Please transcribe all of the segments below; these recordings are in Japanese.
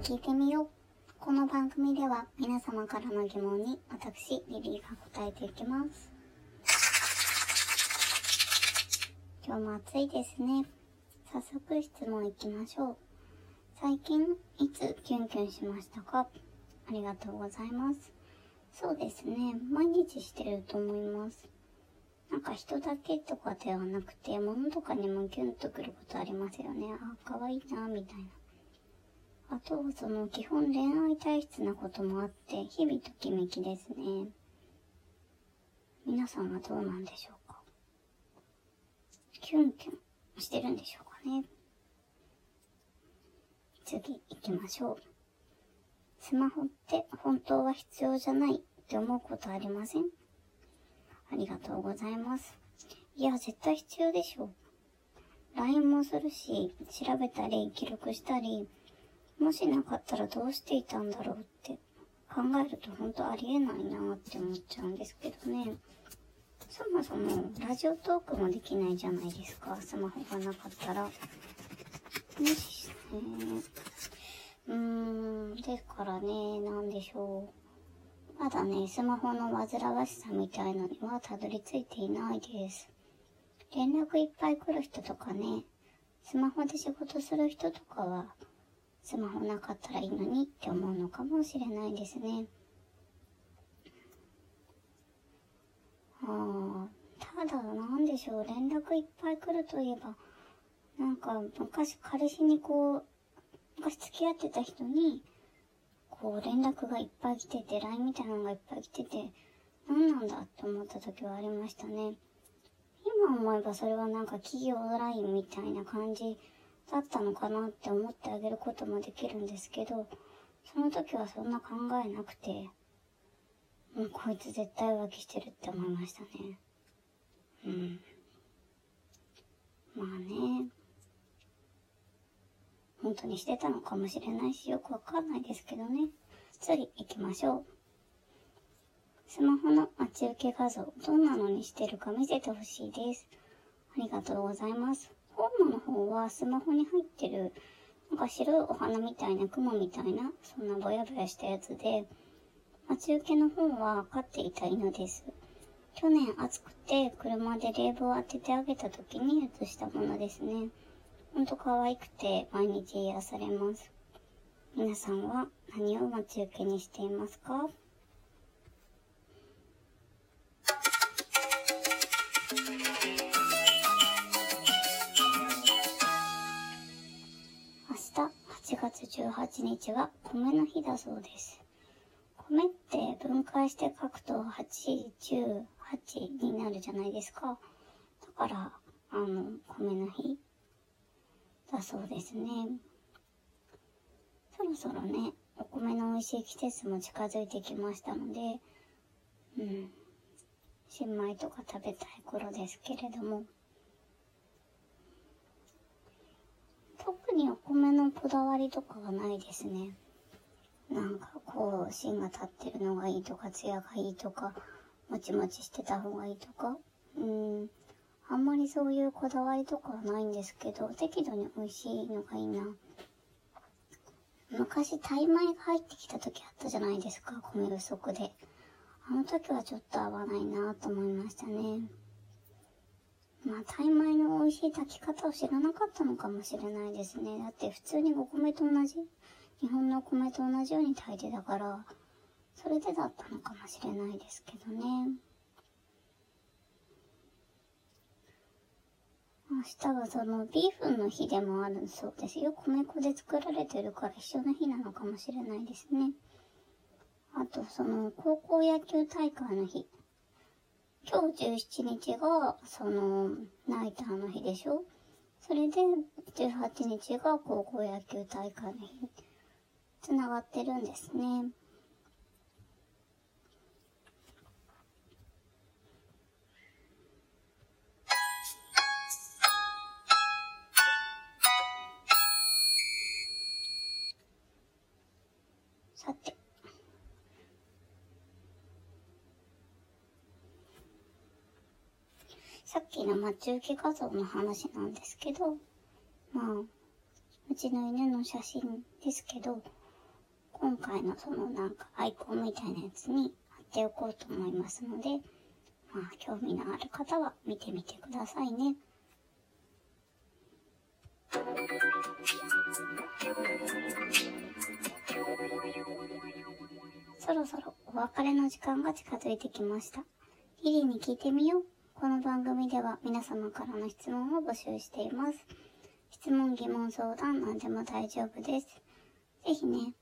聞いてみよう。この番組では皆様からの疑問に私、リリーが答えていきます。今日も暑いですね。早速質問いきましょう。最近いつキュンキュンしましたか？ありがとうございます。そうですね。毎日してると思います。なんか人だけとかではなくて、物とかにもキュンとくることありますよね。あ、可愛いな、みたいな。あと、基本恋愛体質なこともあって、日々ときめきですね。皆さんはどうなんでしょうか？キュンキュンしてるんでしょうかね。次行きましょう。スマホって本当は必要じゃないって思うことありません？ありがとうございます。いや、絶対必要でしょ。LINE もするし、調べたり記録したり、もしなかったらどうしていたんだろうって考えると本当ありえないなって思っちゃうんですけどね。そもそもラジオトークもできないじゃないですか、スマホがなかったら。ですからね、なんでしょう。まだね、スマホの煩わしさみたいのにはたどり着いていないです。連絡いっぱい来る人とかね、スマホで仕事する人とかは、スマホなかったらいいのにって思うのかもしれないですね。ただなんでしょう、連絡いっぱい来るといえば、なんか昔彼氏に昔付き合ってた人に、連絡がいっぱい来てて、LINE みたいなのがいっぱい来てて、何なんだって思った時はありましたね。今思えばそれはなんか企業 LINE みたいな感じだったのかなって思ってあげることもできるんですけど、その時はそんな考えなくて、こいつ絶対浮気してるって思いましたね。まあね。本当にしてたのかもしれないし、よくわかんないですけどね。次行きましょう。スマホの待ち受け画像、どんなのにしてるか見せてほしいです。ありがとうございます。本の方はスマホに入ってる、なんか白いお花みたいな雲みたいな、そんなぼやぼやしたやつで、待ち受けの方は飼っていた犬です。去年暑くて車で冷房を当ててあげた時に写したものですね。ほんと可愛くて毎日癒されます。皆さんは何を待ち受けにしていますか？明日8月18日は米の日だそうです。米って分解して書くと8、10、8になるじゃないですか。だから、米の日だそうですね。そろそろね、お米の美味しい季節も近づいてきましたので、新米とか食べたい頃ですけれども、特にお米のこだわりとかはないですね。なんか芯が立ってるのがいいとか、艶がいいとか、もちもちしてた方がいいとか、あんまりそういうこだわりとかはないんですけど、適度に美味しいのがいいな。昔、タイ米が入ってきた時あったじゃないですか、米不足で。あの時はちょっと合わないなと思いましたね。タイ米の美味しい炊き方を知らなかったのかもしれないですね。だって普通にお米と同じ、日本のお米と同じように炊いてたから、それでだったのかもしれないですけどね。明日はビーフンの日でもあるそうですよ。米粉で作られてるから一緒の日なのかもしれないですね。あと、高校野球大会の日。今日17日が、ナイターの日でしょ？それで、18日が高校野球大会の日。つながってるんですね。さて。さっきの待ち受け画像の話なんですけど、うちの犬の写真ですけど、 今回のアイコンみたいなやつに貼っておこうと思いますので、興味のある方は見てみてくださいね。そろそろお別れの時間が近づいてきました。リリーに聞いてみよう。この番組では皆様からの質問を募集しています。質問、疑問、相談、何でも大丈夫です。ぜひね、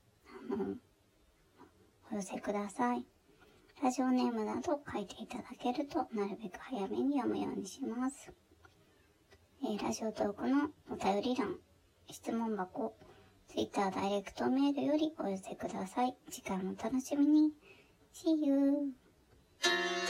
お寄せください。ラジオネームなど書いていただけると、なるべく早めに読むようにします。ラジオトークのお便り欄、質問箱、Twitter ダイレクトメールよりお寄せください。次回もお楽しみに。See you!